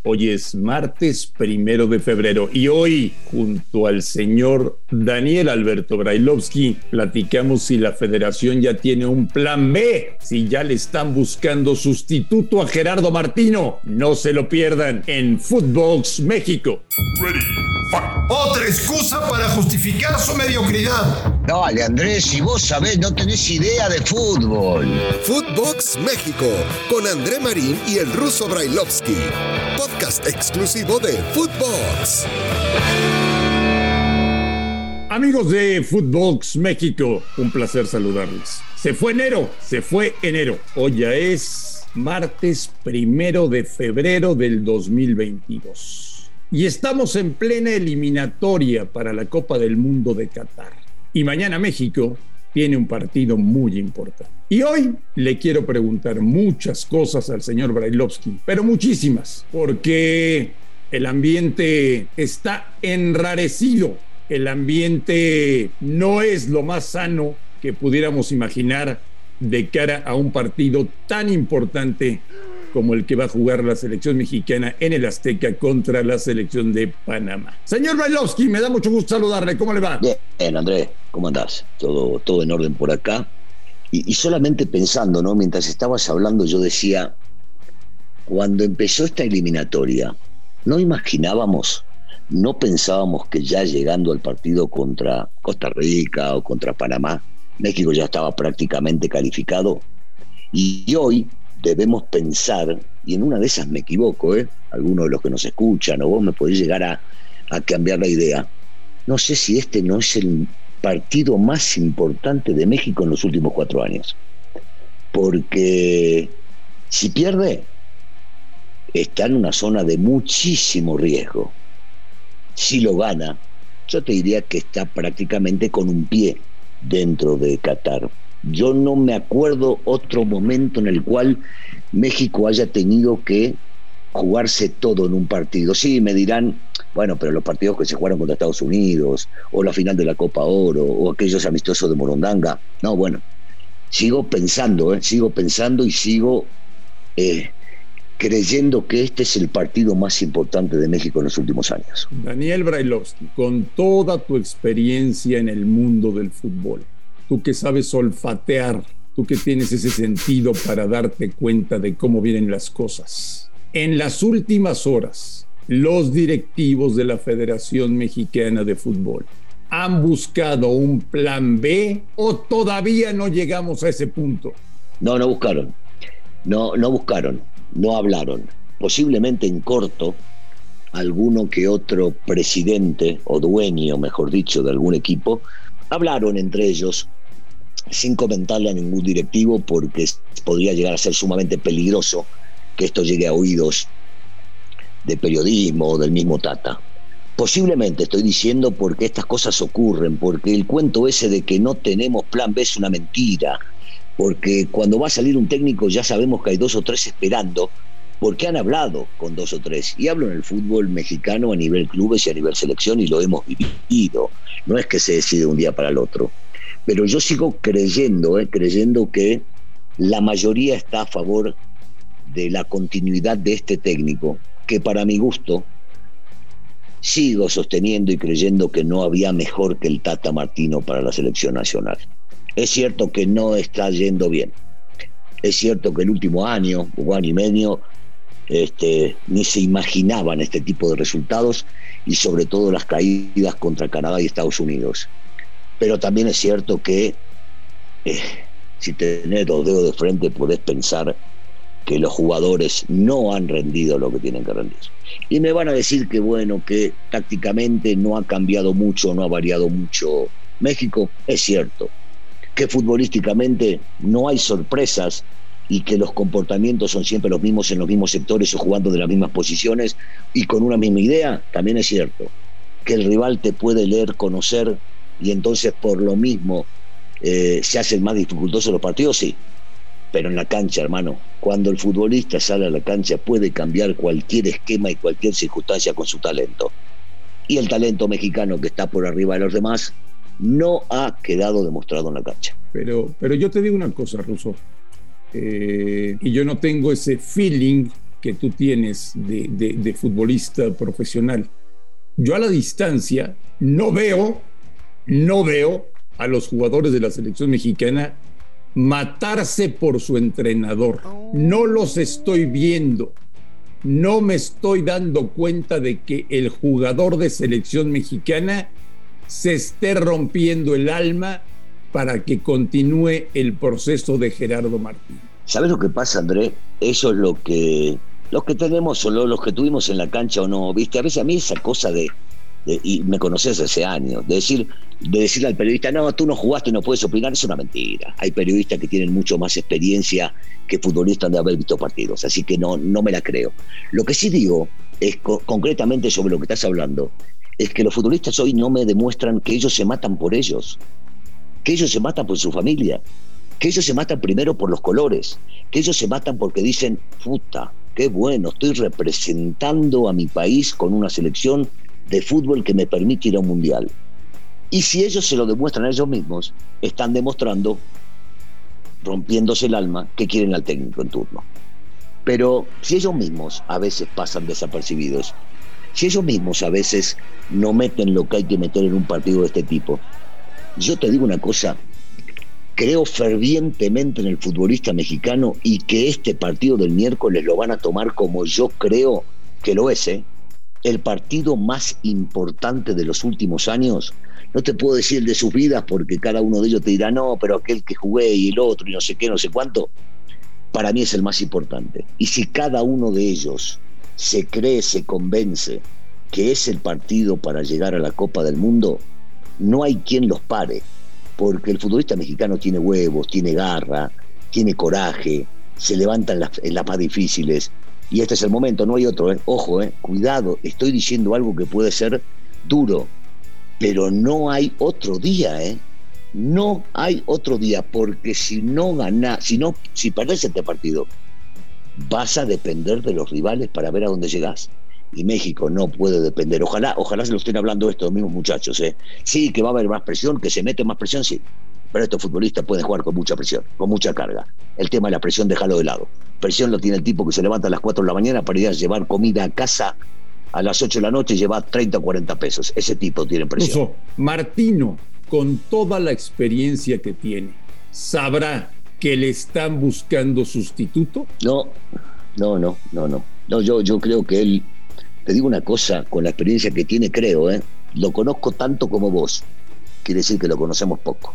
Hoy es martes 1 de febrero y hoy, junto al señor Daniel Alberto Brailovsky, platicamos si la federación ya tiene un plan B, si ya le están buscando sustituto a Gerardo Martino. No se lo pierdan en Footbox México. Ready, fight. Otra excusa para justificar su mediocridad. Dale, Andrés, si vos sabés, no tenés idea de fútbol. Footbox México, con André Marín y el ruso Brailovsky. Podcast exclusivo de Footbox. Amigos de Footbox México, un placer saludarles. Se fue enero. Hoy ya es martes 1 de febrero del 2022. Y estamos en plena eliminatoria para la Copa del Mundo de Qatar. Y mañana México tiene un partido muy importante. Y hoy le quiero preguntar muchas cosas al señor Brailovsky, pero muchísimas, porque el ambiente está enrarecido. El ambiente no es lo más sano que pudiéramos imaginar de cara a un partido tan importante como el que va a jugar la selección mexicana en el Azteca contra la selección de Panamá. Señor Brailovsky, me da mucho gusto saludarle. ¿Cómo le va? Bien, Andrés, ¿cómo andás? Todo en orden por acá. Y solamente pensando, ¿no? Mientras estabas hablando, yo decía, cuando empezó esta eliminatoria, no pensábamos que ya llegando al partido contra Costa Rica o contra Panamá, México ya estaba prácticamente calificado. Y hoy debemos pensar, y en una de esas me equivoco, algunos de los que nos escuchan o vos me podés llegar a cambiar la idea. No sé si este no es el partido más importante de México en los últimos 4 años, porque si pierde está en una zona de muchísimo riesgo. Si lo gana, yo te diría que está prácticamente con un pie dentro de Qatar. Yo no me acuerdo otro momento en el cual México haya tenido que jugarse todo en un partido. Sí, me dirán, bueno, pero los partidos que se jugaron contra Estados Unidos, o la final de la Copa Oro, o aquellos amistosos de Morondanga. No, bueno, sigo pensando y sigo creyendo que este es el partido más importante de México en los últimos años. Daniel Brailovsky, con toda tu experiencia en el mundo del fútbol, tú que sabes olfatear, tú que tienes ese sentido para darte cuenta de cómo vienen las cosas. En las últimas horas, los directivos de la Federación Mexicana de Fútbol han buscado un plan B o todavía no llegamos a ese punto. No buscaron, no hablaron. Posiblemente en corto, alguno que otro presidente o dueño, mejor dicho, de algún equipo, hablaron entre ellos sin comentarle a ningún directivo, porque podría llegar a ser sumamente peligroso que esto llegue a oídos de periodismo o del mismo Tata. Posiblemente, estoy diciendo, porque estas cosas ocurren, porque el cuento ese de que no tenemos plan B es una mentira, porque cuando va a salir un técnico ya sabemos que hay 2 o 3 esperando, porque han hablado con 2 o 3, y hablo en el fútbol mexicano a nivel clubes y a nivel selección, y lo hemos vivido, no es que se decide de un día para el otro. Pero yo sigo creyendo que la mayoría está a favor de la continuidad de este técnico, que para mi gusto sigo sosteniendo y creyendo que no había mejor que el Tata Martino para la selección nacional. Es cierto que no está yendo bien. Es cierto que el último año o año y medio ni se imaginaban este tipo de resultados, y sobre todo las caídas contra Canadá y Estados Unidos. Pero también es cierto que si tenés 2 dedos de frente podés pensar que los jugadores no han rendido lo que tienen que rendir. Y me van a decir que bueno, que tácticamente no ha cambiado mucho, no ha variado mucho México. Es cierto que futbolísticamente no hay sorpresas y que los comportamientos son siempre los mismos en los mismos sectores o jugando de las mismas posiciones y con una misma idea. También es cierto que el rival te puede leer, conocer, y entonces por lo mismo se hacen más dificultosos los partidos, sí. Pero en la cancha, hermano, cuando el futbolista sale a la cancha puede cambiar cualquier esquema y cualquier circunstancia con su talento. Y el talento mexicano, que está por arriba de los demás, no ha quedado demostrado en la cancha. Pero yo te digo una cosa, Russo, y yo no tengo ese feeling que tú tienes de futbolista profesional. Yo a la distancia no veo a los jugadores de la selección mexicana matarse por su entrenador. No los estoy viendo. No me estoy dando cuenta de que el jugador de selección mexicana se esté rompiendo el alma para que continúe el proceso de Gerardo Martino. ¿Sabes lo que pasa, André? Eso es lo que tenemos o los que tuvimos en la cancha o no, ¿viste? A veces a mí esa cosa y me conoces hace años, de decirle al periodista, no, tú no jugaste y no puedes opinar, es una mentira. Hay periodistas que tienen mucho más experiencia que futbolistas de haber visto partidos, así que no me la creo. Lo que sí digo es concretamente sobre lo que estás hablando, es que los futbolistas hoy no me demuestran que ellos se matan por ellos, que ellos se matan por su familia, que ellos se matan primero por los colores, que ellos se matan porque dicen, puta, qué bueno, estoy representando a mi país con una selección de fútbol que me permite ir a un mundial. Y si ellos se lo demuestran a ellos mismos, están demostrando, rompiéndose el alma, que quieren al técnico en turno. Pero si ellos mismos a veces pasan desapercibidos, si ellos mismos a veces no meten lo que hay que meter en un partido de este tipo, yo te digo una cosa, creo fervientemente en el futbolista mexicano y que este partido del miércoles lo van a tomar como yo creo que lo es, el partido más importante de los últimos años. No te puedo decir el de sus vidas porque cada uno de ellos te dirá, no, pero aquel que jugué y el otro y no sé qué, no sé cuánto. Para mí es el más importante. Y si cada uno de ellos se cree, se convence que es el partido para llegar a la Copa del Mundo, no hay quien los pare. Porque el futbolista mexicano tiene huevos, tiene garra, tiene coraje, se levanta en las más difíciles. Y este es el momento, no hay otro, ojo, cuidado, estoy diciendo algo que puede ser duro, pero no hay otro día, no hay otro día, porque si perdés este partido, vas a depender de los rivales para ver a dónde llegás. Y México no puede depender. Ojalá se lo estén hablando estos mismos muchachos, Sí, que va a haber más presión, que se mete más presión, sí. Pero estos futbolistas pueden jugar con mucha presión, con mucha carga. El tema de la presión, déjalo de lado. Presión lo tiene el tipo que se levanta a las 4 de la mañana para ir a llevar comida a casa a las 8 de la noche y llevar 30 o 40 pesos. Ese tipo tiene presión. Martino, con toda la experiencia que tiene, ¿sabrá que le están buscando sustituto? No, yo creo que él, te digo una cosa, con la experiencia que tiene, creo, lo conozco tanto como vos. Quiere decir que lo conocemos poco.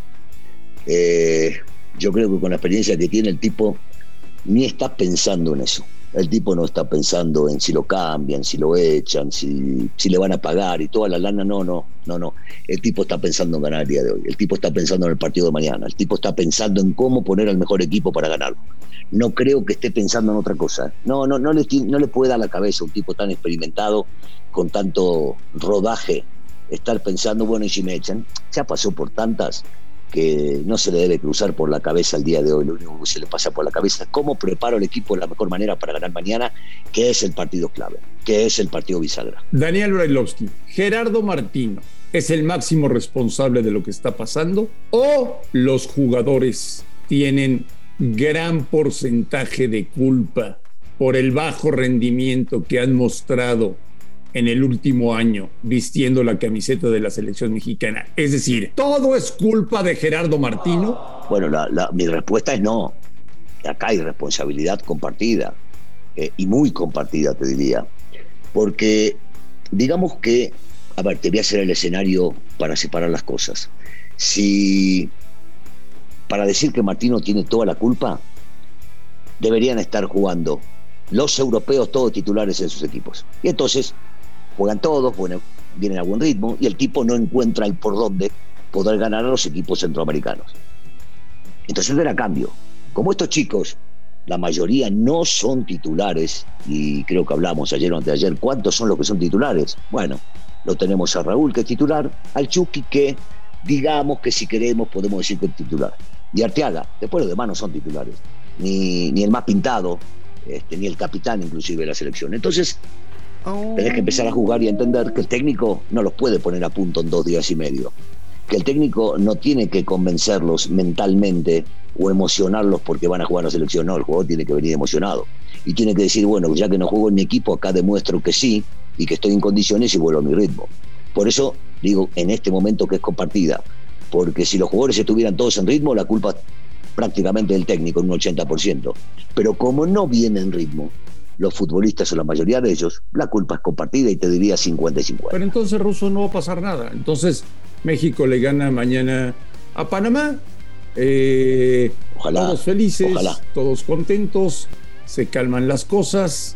Yo creo que con la experiencia que tiene el tipo ni está pensando en eso. El tipo no está pensando en si lo cambian, si lo echan, si le van a pagar y toda la lana. No. El tipo está pensando en ganar el día de hoy. El tipo está pensando en el partido de mañana. El tipo está pensando en cómo poner al mejor equipo para ganarlo. No creo que esté pensando en otra cosa. No le puede dar la cabeza a un tipo tan experimentado, con tanto rodaje, estar pensando, bueno, y si me echan. Ya pasó por tantas que no se le debe cruzar por la cabeza el día de hoy. Lo único que se le pasa por la cabeza es cómo preparo el equipo de la mejor manera para ganar mañana, que es el partido clave, que es el partido bisagra. Daniel Brailovsky, ¿Gerardo Martino es el máximo responsable de lo que está pasando o los jugadores tienen gran porcentaje de culpa por el bajo rendimiento que han mostrado en el último año vistiendo la camiseta de la selección mexicana? Es decir, ¿todo es culpa de Gerardo Martino? Bueno, mi respuesta es no. Acá hay responsabilidad compartida, y muy compartida, te diría. Porque, digamos que, a ver, te voy a hacer el escenario para separar las cosas. Si, para decir que Martino tiene toda la culpa, deberían estar jugando los europeos todos titulares en sus equipos. Y entonces juegan todos, vienen a buen ritmo, y el tipo no encuentra el por dónde poder ganar a los equipos centroamericanos. Entonces era cambio. Como estos chicos, la mayoría no son titulares, y creo que hablamos ayer o anteayer, ¿cuántos son los que son titulares? Bueno, lo tenemos a Raúl, que es titular, al Chucky, que digamos que si queremos podemos decir que es titular, y Arteaga. Después los demás no son titulares, ni el más pintado, ni el capitán inclusive de la selección. Entonces tenés que empezar a jugar y a entender que el técnico no los puede poner a punto en 2 días y medio, que el técnico no tiene que convencerlos mentalmente o emocionarlos porque van a jugar a la selección. No, el jugador tiene que venir emocionado. y tiene que decir, bueno, ya que no juego en mi equipo, acá demuestro que sí y que estoy en condiciones y vuelvo a mi ritmo. Por eso digo, en este momento que es compartida, porque si los jugadores estuvieran todos en ritmo, la culpa prácticamente del técnico, en un 80%. Pero como no viene en ritmo, los futbolistas o la mayoría de ellos, la culpa es compartida y te diría 50 y 50. Pero entonces, Russo, no va a pasar nada. Entonces, México le gana mañana a Panamá. Ojalá, todos felices, ojalá. Todos contentos, se calman las cosas,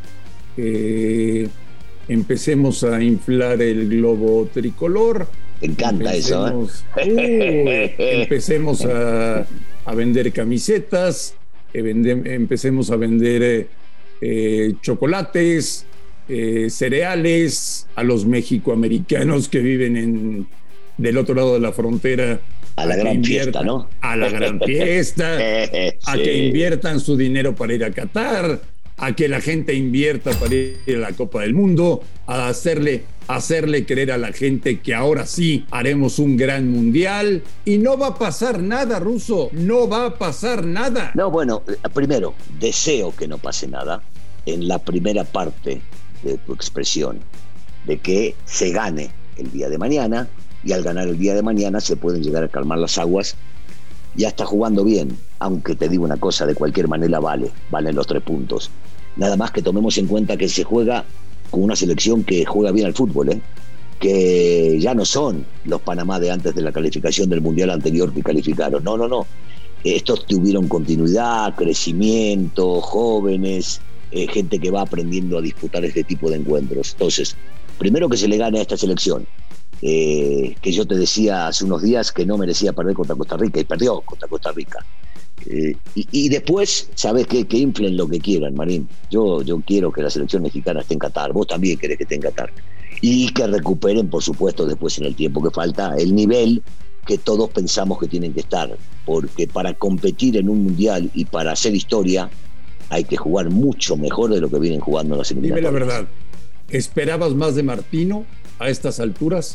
empecemos a inflar el globo tricolor. Te encanta eso, ¿eh? Empecemos a vender camisetas, empecemos a vender chocolates, cereales a los mexicoamericanos que viven del otro lado de la frontera. A la gran fiesta, ¿no? A la gran fiesta, a que inviertan su dinero para ir a Qatar, a que la gente invierta para ir a la Copa del Mundo, a hacerle creer a la gente que ahora sí haremos un gran mundial. Y no va a pasar nada, Russo, no va a pasar nada. No, bueno, primero, deseo que no pase nada en la primera parte de tu expresión, de que se gane el día de mañana, y al ganar el día de mañana se pueden llegar a calmar las aguas. Ya está jugando bien, aunque te digo una cosa, de cualquier manera valen los 3 puntos. Nada más que tomemos en cuenta que se juega con una selección que juega bien al fútbol, que ya no son los Panamá de antes de la calificación del mundial anterior que calificaron. No. Estos tuvieron continuidad, crecimiento, jóvenes, gente que va aprendiendo a disputar este tipo de encuentros. Entonces, primero que se le gane a esta selección, que yo te decía hace unos días que no merecía perder contra Costa Rica, y perdió contra Costa Rica. Y después, ¿sabes qué? Que inflen lo que quieran, Marín. Yo quiero que la selección mexicana esté en Qatar, vos también querés que esté en Qatar, y que recuperen, por supuesto, después en el tiempo que falta, el nivel que todos pensamos que tienen que estar, porque para competir en un mundial y para hacer historia hay que jugar mucho mejor de lo que vienen jugando en las eliminatorias. Dime la verdad, ¿esperabas más de Martino a estas alturas?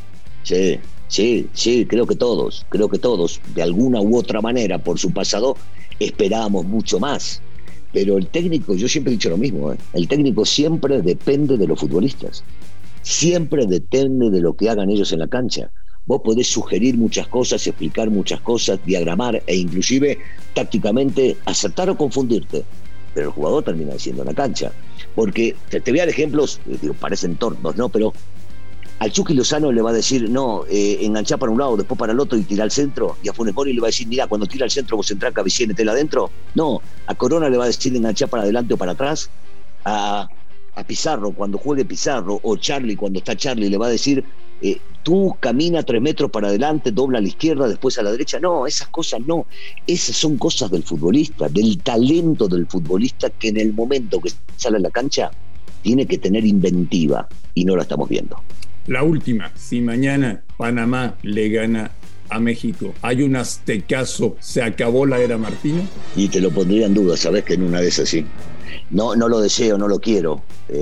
Sí, creo que todos, de alguna u otra manera, por su pasado, esperábamos mucho más. Pero el técnico, yo siempre he dicho lo mismo, el técnico siempre depende de los futbolistas, siempre depende de lo que hagan ellos en la cancha. Vos podés sugerir muchas cosas, explicar muchas cosas, diagramar e inclusive tácticamente acertar o confundirte, pero el jugador termina diciendo en la cancha. Porque te voy a dar ejemplos, parecen tornos, ¿no? Pero al Chucky Lozano le va a decir, no, enganchá para un lado, después para el otro y tira al centro. Y a Funes Mori le va a decir, mira, cuando tira al centro vos entrás, cabiciénetela adentro. No, a Corona le va a decir enganchá para adelante o para atrás. A Pizarro, cuando juegue Pizarro, o Charlie, cuando está Charlie, le va a decir, tú camina 3 metros para adelante, dobla a la izquierda, después a la derecha. No, esas cosas no. Esas son cosas del futbolista, del talento del futbolista, que en el momento que sale a la cancha tiene que tener inventiva, y no la estamos viendo. La última, si mañana Panamá le gana a México, ¿hay un aztecaso? ¿Se acabó la era Martino? Y te lo pondría en duda, sabes que en una de esas sí. No lo deseo, no lo quiero,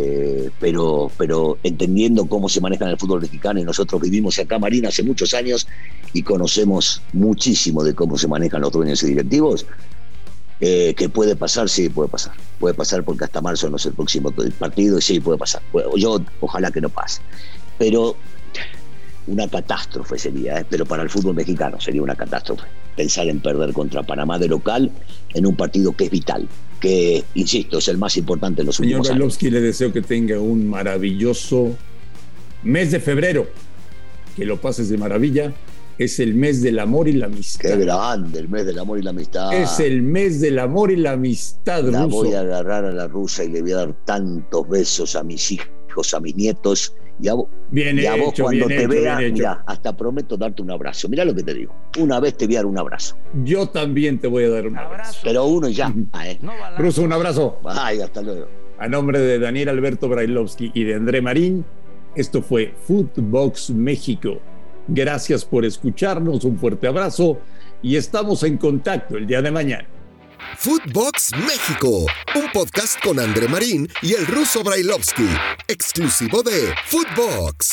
pero entendiendo cómo se maneja en el fútbol mexicano, y nosotros vivimos acá, Marina, hace muchos años y conocemos muchísimo de cómo se manejan los dueños y directivos, que puede pasar, sí, puede pasar porque hasta marzo no es el próximo partido, y sí, puede pasar. Yo ojalá que no pase, pero una catástrofe sería, pero para el fútbol mexicano sería una catástrofe pensar en perder contra Panamá de local en un partido que es vital, que, insisto, es el más importante en los últimos años. Señor Brailovsky, le deseo que tenga un maravilloso mes de febrero, que lo pases de maravilla. Es el mes del amor y la amistad. Qué grande, el mes del amor y la amistad. Es el mes del amor y la amistad, La Russo. voy a agarrar a la rusa y le voy a dar tantos besos a mis hijos, a mis nietos. Y a vos, cuando te vea, mirá, hasta prometo darte un abrazo. Mirá lo que te digo. Una vez te voy a dar un abrazo. Yo también te voy a dar un abrazo. Pero uno y ya. Russo, un abrazo. Ay, hasta luego. A nombre de Daniel Alberto Brailovsky y de André Marín, esto fue Footbox México. Gracias por escucharnos, un fuerte abrazo y estamos en contacto el día de mañana. Footbox México, un podcast con André Marín y el Ruso Brailovsky, exclusivo de Footbox.